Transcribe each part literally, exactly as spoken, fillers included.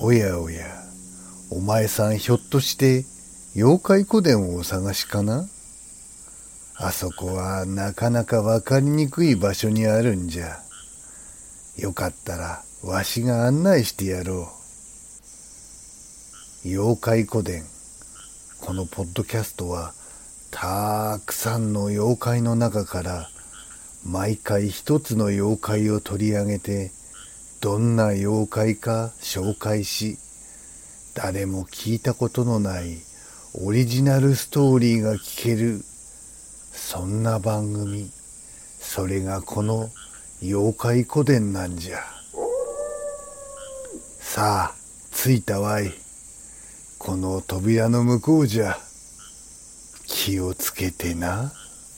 おやおや、お前さんひょっとして妖怪古殿をお探しかな？あそこはなかなかわかりにくい場所にあるんじゃ。よかったらわしが案内してやろう。妖怪古殿。このポッドキャストはたくさんの妖怪の中から毎回一つの妖怪を取り上げて、どんな妖怪か紹介し、誰も聞いたことのないオリジナルストーリーが聞ける、そんな番組。それがこの妖怪古典なんじゃ。さあ着いたわい。この扉の向こうじゃ。気をつけてな。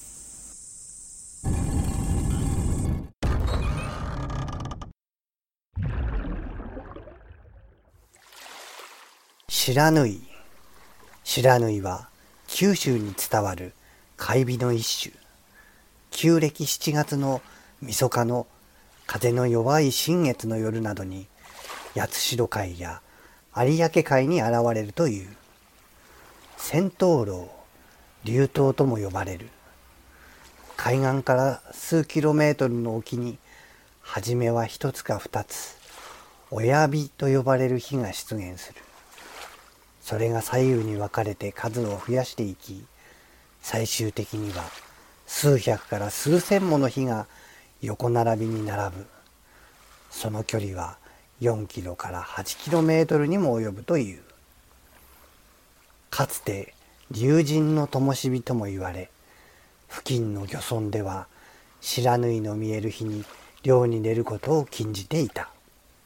不知火。不知火は九州に伝わる怪美の一種。旧暦しちがつの晦日の風の弱い新月の夜などに八代海や有明海に現れるという。千灯籠、流灯とも呼ばれる。海岸から数キロメートルの沖に初めは一つか二つ親火と呼ばれる火が出現する。それが左右に分かれて数を増やしていき、最終的には数百から数千もの火が横並びに並ぶ。その距離はよんキロからはちキロメートルにも及ぶという。かつて龍神の灯火とも言われ、付近の漁村では不知火の見える日に漁に出ることを禁じていた。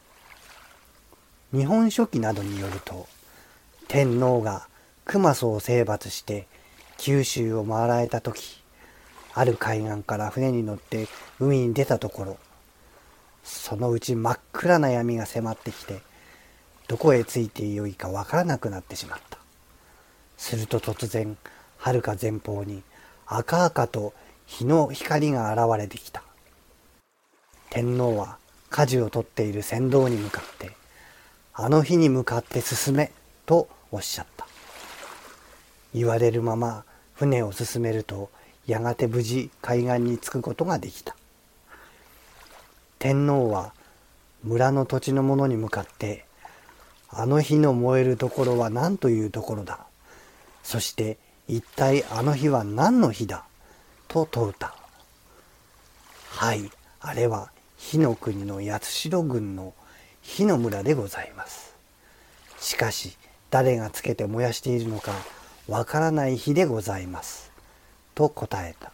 日本書紀などによると、天皇が熊襲を征伐して九州を回られた時、ある海岸から船に乗って海に出たところ、そのうち真っ暗な闇が迫ってきて、どこへ着いてよいかわからなくなってしまった。すると突然、遥か前方に赤々と日の光が現れてきた。天皇は舵を取っている船頭に向かって、あの日に向かって進めとおっしゃった。言われるまま船を進めると、やがて無事海岸に着くことができた。天皇は村の土地の者に向かって、あの火の燃えるところは何というところだ。そして一体あの火は何の火だと問うた。はい、あれは火の国の八代郡の火の村でございます。しかし誰がつけて燃やしているのかわからない火でございますと答えた。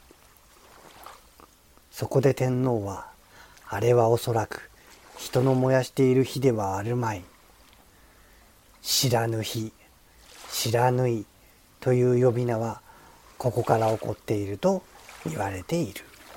そこで天皇は、あれはおそらく人の燃やしている火ではあるまい。知らぬ火、知らぬいという呼び名はここから起こっていると言われている。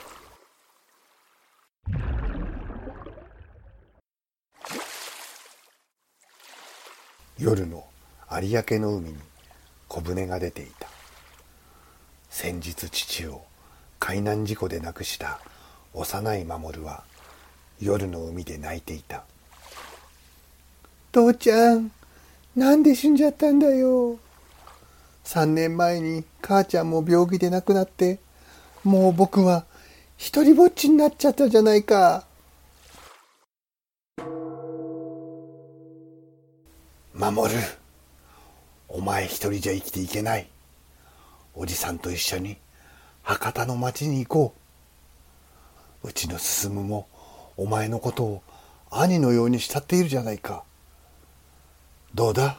夜の有明の海に小舟が出ていた。先日父を海難事故で亡くした幼い守は夜の海で泣いていた。父ちゃん、なんで死んじゃったんだよ。三年前に母ちゃんも病気で亡くなって、もう僕は一人ぼっちになっちゃったじゃないか。守、お前一人じゃ生きていけない。おじさんと一緒に博多の町に行こう。うちの進もお前のことを兄のように慕っているじゃないか。どうだ？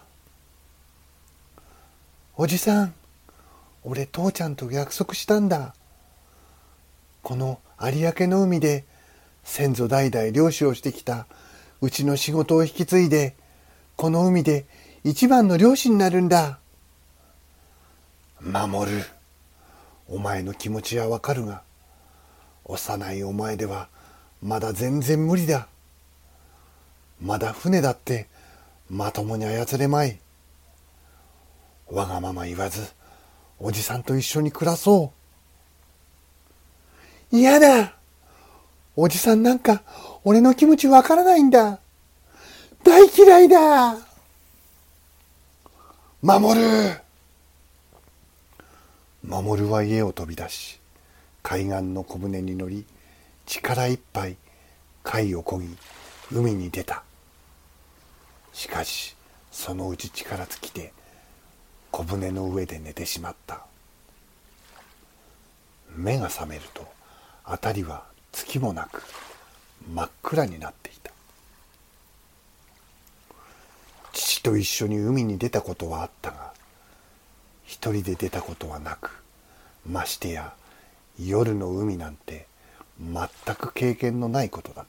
おじさん、俺父ちゃんと約束したんだ。この有明の海で先祖代々漁師をしてきたうちの仕事を引き継いで、この海で一番の漁師になるんだ。守、お前の気持ちはわかるが、幼いお前ではまだ全然無理だ。まだ船だってまともに操れまい。わがまま言わず、おじさんと一緒に暮らそう。嫌だ。おじさんなんか俺の気持ちわからないんだ。 大嫌いだ。守る。守は家を飛び出し、海岸の小舟に乗り、力いっぱい貝を漕ぎ、海に出た。しかしそのうち力尽きて小舟の上で寝てしまった。目が覚めると辺りは月もなく真っ暗になっていた。父と一緒に海に出たことはあったが、一人で出たことはなく、ましてや夜の海なんて全く経験のないことだった。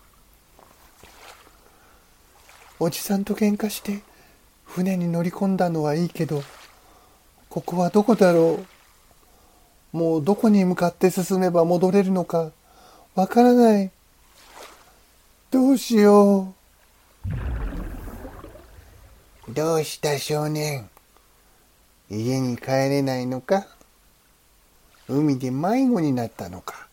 おじさんと喧嘩して船に乗り込んだのはいいけど、ここはどこだろう。もうどこに向かって進めば戻れるのかわからない。どうしよう。どうした少年。家に帰れないのか。海で迷子になったのか。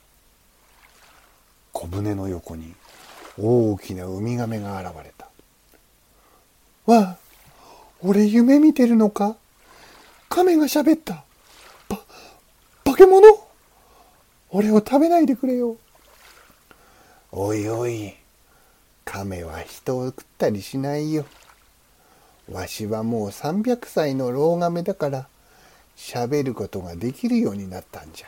小舟の横に大きなウミガメが現れた。わあ、俺夢見てるのか。亀が喋った。ば、化け物。俺を食べないでくれよ。おいおい、亀は人を食ったりしないよ。わしはもうさんびゃくさいの老亀だから、喋ることができるようになったんじゃ。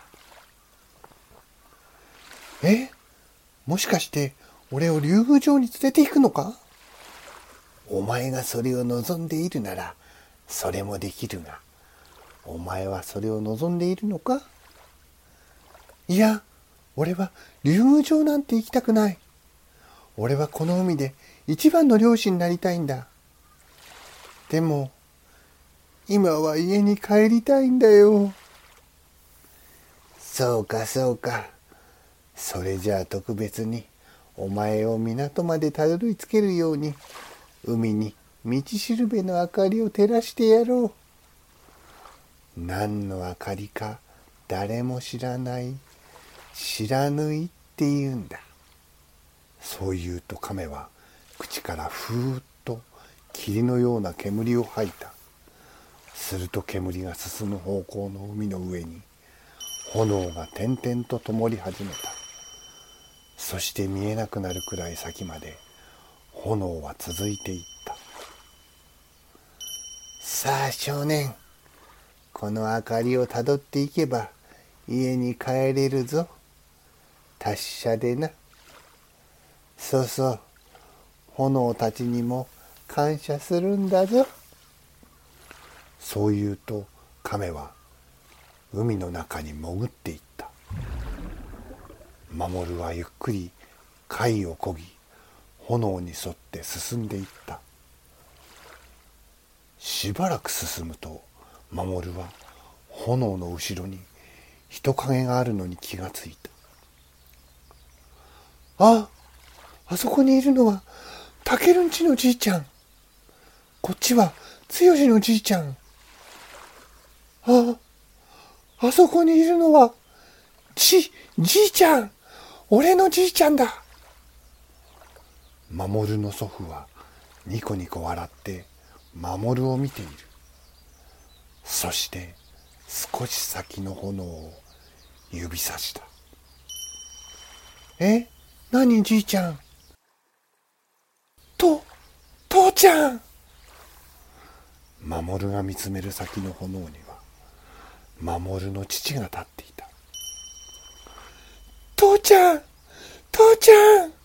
え、もしかして俺を竜宮城に連れて行くのか。お前がそれを望んでいるならそれもできるが、お前はそれを望んでいるのか。いや、俺は竜宮城なんて行きたくない。俺はこの海で一番の漁師になりたいんだ。でも今は家に帰りたいんだよ。そうかそうか。それじゃあ特別にお前を港までたどり着けるように海に道しるべの明かりを照らしてやろう。何の明かりか誰も知らない白縫いって言うんだ。そう言うと亀は口からふーっと霧のような煙を吐いた。すると煙が進む方向の海の上に炎が点々と灯り始めた。そして見えなくなるくらい先まで炎は続いていった。さあ少年、この明かりをたどっていけば家に帰れるぞ。達者でな。そうそう、炎たちにも感謝するんだぞ。そう言うと亀は海の中に潜っていった。守はゆっくり貝を漕ぎ炎に沿って進んでいった。しばらく進むと守は炎の後ろに人影があるのに気がついた。あ、あそこにいるのはタケルんちのじいちゃん。こっちは剛のじいちゃん。あ、あそこにいるのはじ、じいちゃん。俺のじいちゃんだ。守の祖父はニコニコ笑って守を見ている。そして少し先の炎を指さした。え、何じいちゃん。と、父ちゃん。守が見つめる先の炎には守の父が立っていた。父ちゃん、父ちゃん。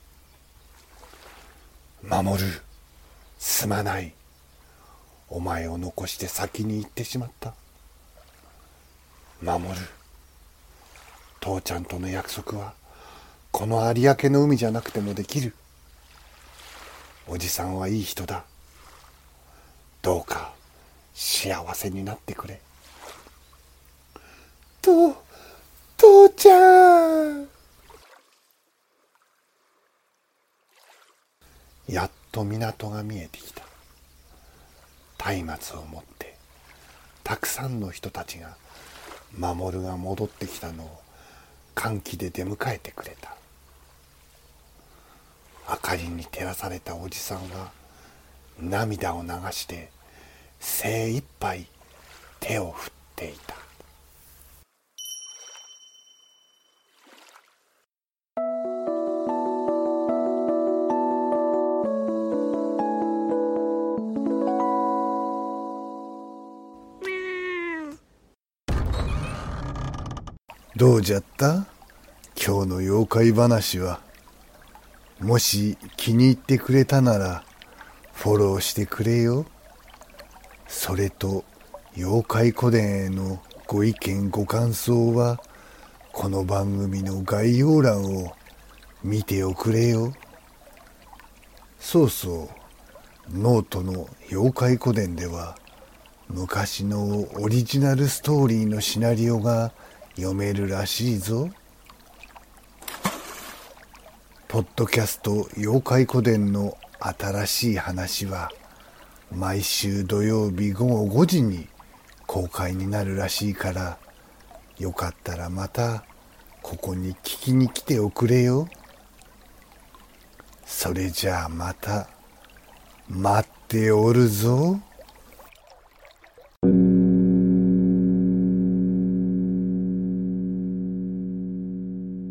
守、すまない。お前を残して先に行ってしまった。守、父ちゃんとの約束はこの有明の海じゃなくてもできる。おじさんはいい人だ。どうか幸せになってくれ。と、父ちゃん。やっと港が見えてきた。松明を持ってたくさんの人たちが守が戻ってきたのを歓喜で出迎えてくれた。 明かりに照らされたおじさんは涙を流して精一杯手を振っていた。どうじゃった?今日の妖怪話は。もし気に入ってくれたならフォローしてくれよ。それと妖怪古典へのご意見ご感想はこの番組の概要欄を見ておくれよ。そうそう、ノートの妖怪古典では昔のオリジナルストーリーのシナリオが読めるらしいぞ。ポッドキャスト妖怪古典の新しい話は毎週土曜日ごごごじに公開になるらしいから、よかったらまたここに聞きに来ておくれよ。それじゃあまた待っておるぞ。